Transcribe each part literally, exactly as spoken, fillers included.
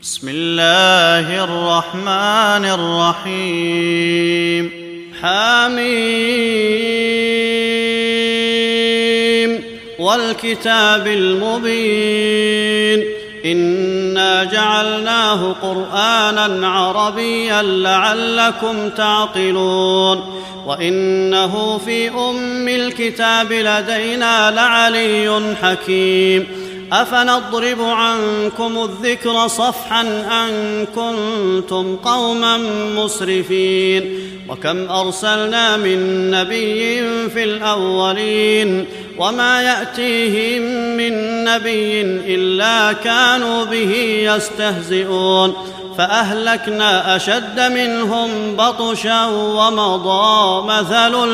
بسم الله الرحمن الرحيم حميم والكتاب المبين إنا جعلناه قرآنا عربيا لعلكم تعقلون وإنه في أم الكتاب لدينا لعلي حكيم أفنضرب عنكم الذكر صفحا أن كنتم قوما مسرفين وكم أرسلنا من نبي في الأولين وما يأتيهم من نبي إلا كانوا به يستهزئون فأهلكنا أشد منهم بطشا ومضى مثل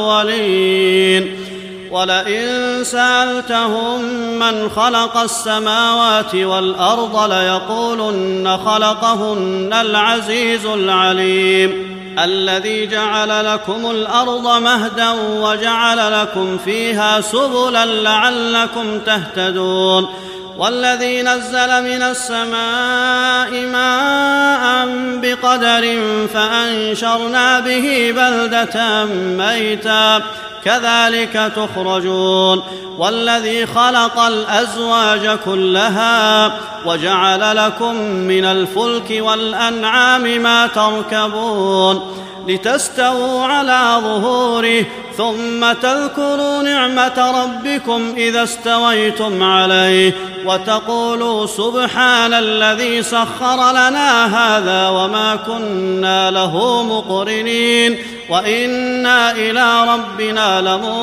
الأولين ولئن سألتهم من خلق السماوات والأرض ليقولن خلقهن العزيز العليم الذي جعل لكم الأرض مهدا وجعل لكم فيها سبلا لعلكم تهتدون والذي نزل من السماء ماء بقدر فأنشرنا به بلدة ميتا كذلك تخرجون والذي خلق الأزواج كلها وجعل لكم من الفلك والأنعام ما تركبون لتستووا على ظهوره ثم تذكروا نعمة ربكم إذا استويتم عليه وتقولوا سبحان الذي سخر لنا هذا وما كنا له مقرنين وإنا إلى ربنا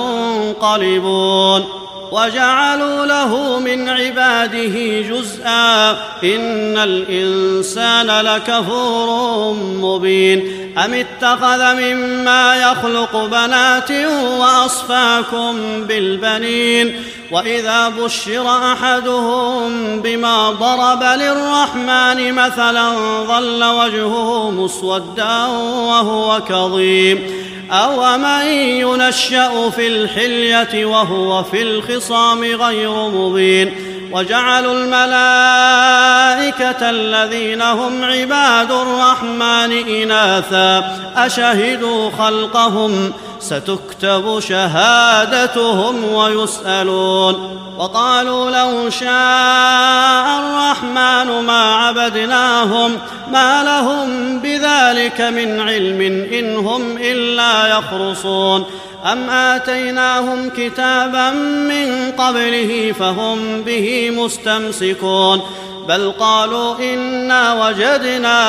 لمنقلبون وجعلوا له من عباده جزءا إن الإنسان لكفور مبين أم اتخذ مما يخلق بنات وأصفاكم بالبنين وإذا بشر أحدهم بما ضرب للرحمن مثلا ظل وجهه مسودا وهو كظيم أومن ينشأ في الحلية وهو في الخصام غير مبين وجعلوا الملائكة الذين هم عباد الرحمن إناثا أشهدوا خلقهم ستكتب شهادتهم ويسألون وقالوا لو شاء الرحمن ما عبدناهم ما لهم بذلك من علم إن هم إلا يخرصون أم آتيناهم كتابا من قبله فهم به مستمسكون بل قالوا إنا وجدنا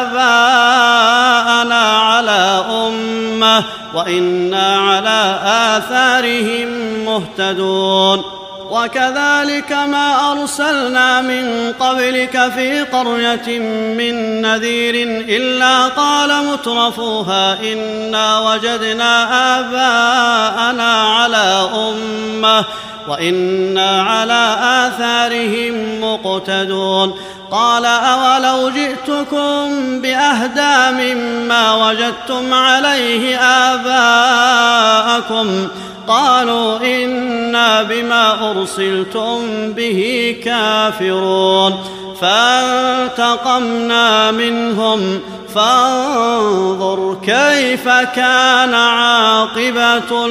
آباءنا على أمة وإنا على آثارهم مهتدون وكذلك ما أرسلنا من قبلك في قرية من نذير إلا قال مترفوها إنا وجدنا آباءنا على أمة وإنا على آثارهم مقتدون قال أولو جئتكم بأهدى مما وجدتم عليه آباءكم قالوا إنا بما أرسلتم به كافرون فانتقمنا منهم فانظر كيف كان عاقبة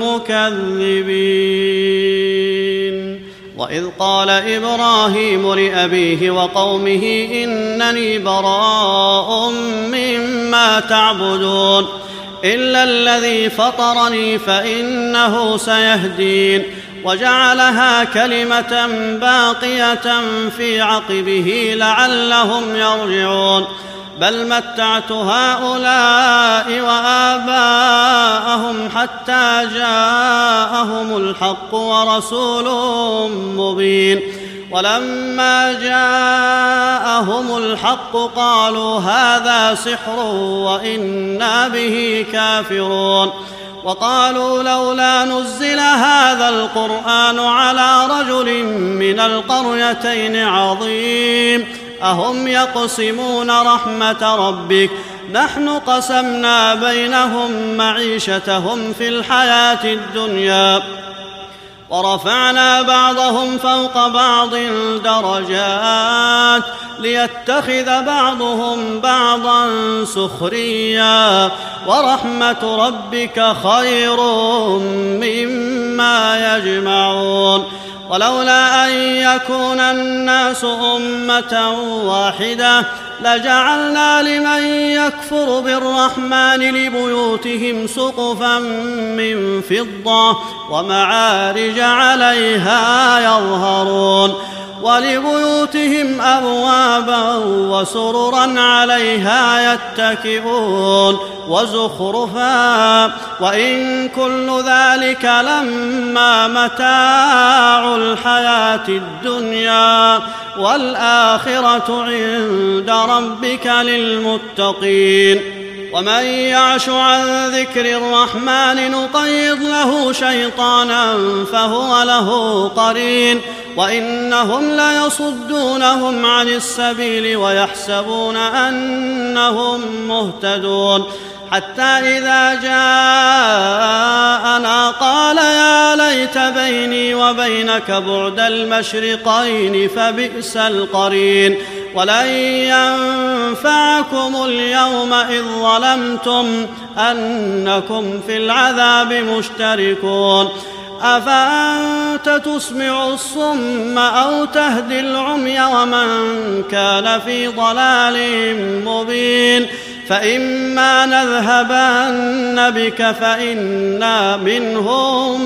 المكذبين وإذ قال إبراهيم لأبيه وقومه إنني براء مما تعبدون إلا الذي فطرني فإنه سيهدين وجعلها كلمة باقية في عقبه لعلهم يرجعون بل متعت هؤلاء وآباءهم حتى جاءهم الحق ورسول مبين ولما جاءهم الحق قالوا هذا سحر وإنا به كافرون وقالوا لولا نزل هذا القرآن على رجل من القريتين عظيم أهم يقسمون رحمة ربك نحن قسمنا بينهم معيشتهم في الحياة الدنيا ورفعنا بعضهم فوق بعض درجات ليتخذ بعضهم بعضا سخريا ورحمة ربك خير مما يجمعون ولولا أن يكون الناس أمة واحدة لجعلنا لمن يكفر بالرحمن لبيوتهم سقفا من فضة ومعارج عليها يظهرون ولبيوتهم أبوابا وسررا عليها يتكئون وزخرفا وإن كل ذلك لما متاع الحياة الدنيا والآخرة عند ربك للمتقين ومن يعش عن ذكر الرحمن نقيض له شيطانا فهو له قرين وإنهم ليصدونهم عن السبيل ويحسبون أنهم مهتدون حتى إذا جاءنا قال يا ليت بيني وبينك بعد المشرقين فبئس القرين ولن ينفعكم اليوم إذ ظلمتم أنكم في العذاب مشتركون أفأنت تسمع الصم أو تهدي العمي ومن كان في ضلال مبين فإما نذهبن بك فإنا منهم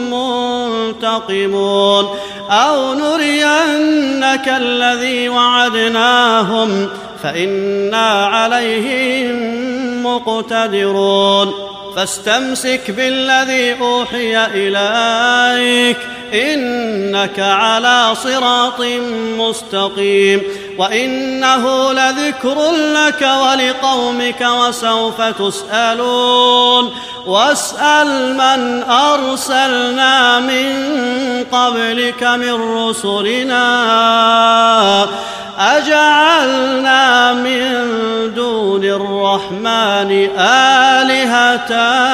منتقمون أو نرينك الذي وعدناهم فإنا عليهم مقتدرون فاستمسك بالذي أوحي إليك إنك على صراط مستقيم وإنه لذكر لك ولقومك وسوف تسألون واسأل من أرسلنا من قبلك من رسلنا أجعلنا من دون الرحمن آلهة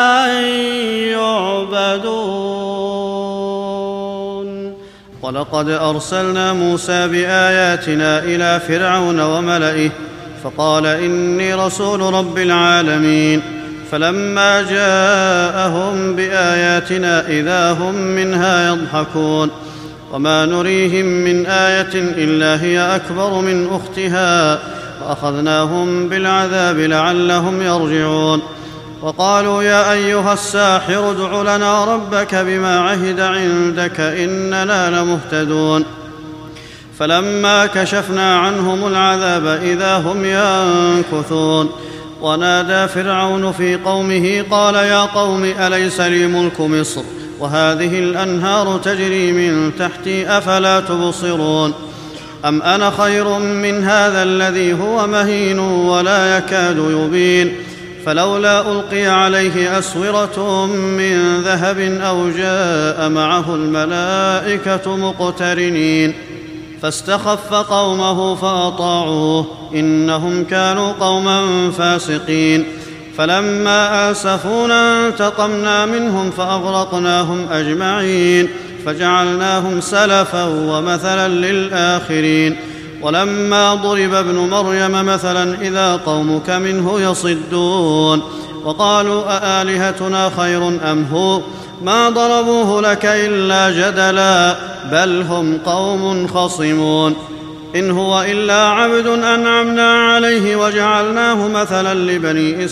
يعبدون ولقد أرسلنا موسى بآياتنا إلى فرعون وملئه فقال إني رسول رب العالمين فلما جاءهم بآياتنا إذا هم منها يضحكون وما نريهم من آية إلا هي أكبر من أختها وأخذناهم بالعذاب لعلهم يرجعون وقالوا يا أيها الساحر ادع لنا ربك بما عهد عندك إننا لمهتدون فلما كشفنا عنهم العذاب إذا هم ينكثون ونادى فرعون في قومه قال يا قوم أليس لي ملك مصر وهذه الأنهار تجري من تحتي أفلا تبصرون أم أنا خير من هذا الذي هو مهين ولا يكاد يبين فلولا ألقي عليه أسورة من ذهب أو جاء معه الملائكة مقترنين فاستخف قومه فأطاعوه إنهم كانوا قوما فاسقين فلما آسفونا انتقمنا منهم فأغرقناهم أجمعين فجعلناهم سلفا ومثلا للآخرين ولما ضرب ابن مريم مثلا إذا قومك منه يصدون وقالوا أآلهتنا خير أم هو ما ضربوه لك إلا جدلا بل هم قوم خصمون إن هو إلا عبد أنعمنا عليه وجعلناه مثلا لبني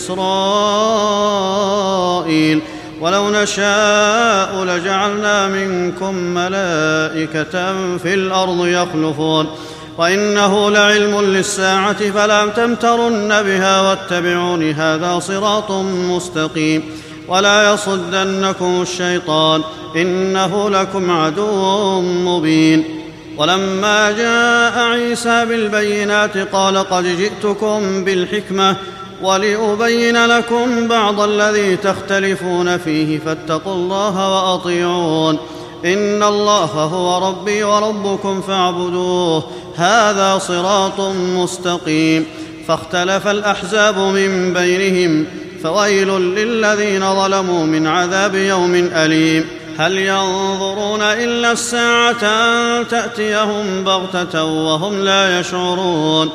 إسرائيل ولو نشاء لجعلنا منكم ملائكة في الأرض يخلفون وإنه لعلم للساعة فلا تمترن بها واتبعون هذا صراط مستقيم ولا يصدنكم الشيطان إنه لكم عدو مبين ولما جاء عيسى بالبينات قال قد جئتكم بالحكمة ولأبين لكم بعض الذي تختلفون فيه فاتقوا الله وأطيعون إن الله هو ربي وربكم فاعبدوه هذا صراط مستقيم فاختلف الأحزاب من بينهم فويل للذين ظلموا من عذاب يوم أليم هل ينظرون إلا الساعة أن تأتيهم بغتة وهم لا يشعرون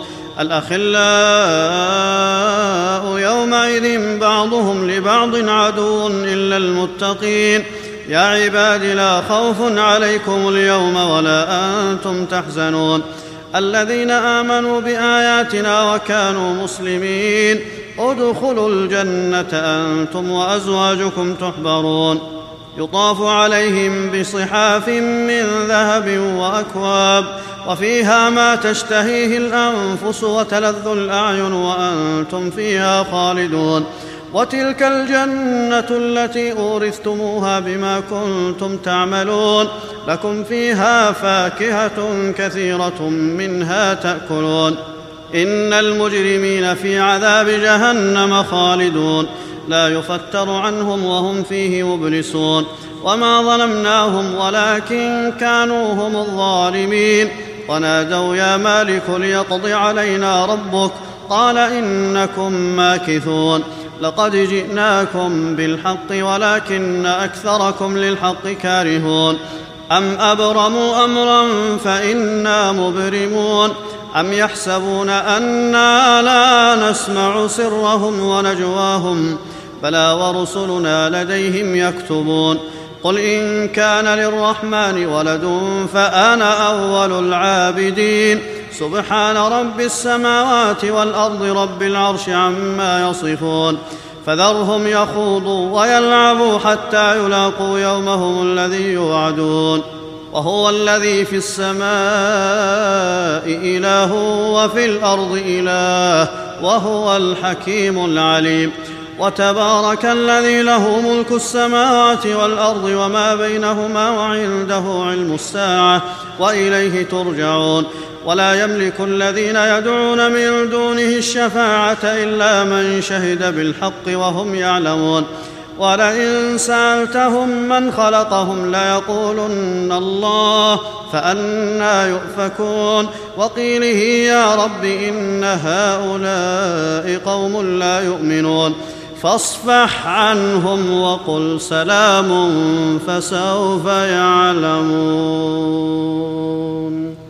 الأخلاء يومئذ بعضهم لبعض عدو إلا المتقين يا عباد لا خوف عليكم اليوم ولا أنتم تحزنون الذين آمنوا بآياتنا وكانوا مسلمين ادخلوا الجنة أنتم وأزواجكم تحبرون يطاف عليهم بصحاف من ذهب وأكواب وفيها ما تشتهيه الأنفس وتلذ الأعين وأنتم فيها خالدون وتلك الجنة التي أورثتموها بما كنتم تعملون لكم فيها فاكهة كثيرة منها تأكلون إن المجرمين في عذاب جهنم خالدون لا يفتر عنهم وهم فيه مبلسون وما ظلمناهم ولكن كانوا هم الظالمين ونادوا يا مالك ليقض علينا ربك قال إنكم ماكثون لقد جئناكم بالحق ولكن أكثركم للحق كارهون أم أبرموا أمرا فإنا مبرمون أم يحسبون أنا لا نسمع سرهم ونجواهم بلى ورسلنا لديهم يكتبون قل إن كان للرحمن ولد فأنا أول العابدين سبحان رب السماوات والأرض رب العرش عما يصفون فذرهم يخوضوا ويلعبوا حتى يلاقوا يومهم الذي يوعدون وهو الذي في السماء إله وفي الأرض إله وهو الحكيم العليم وتبارك الذي له ملك السماوات والأرض وما بينهما وعنده علم الساعة وإليه ترجعون ولا يملك الذين يدعون من دونه الشفاعة إلا من شهد بالحق وهم يعلمون ولئن سألتهم من خلقهم ليقولن الله فأنى يؤفكون وقيله يا رب إن هؤلاء قوم لا يؤمنون فاصفح عنهم وقل سلام فسوف يعلمون.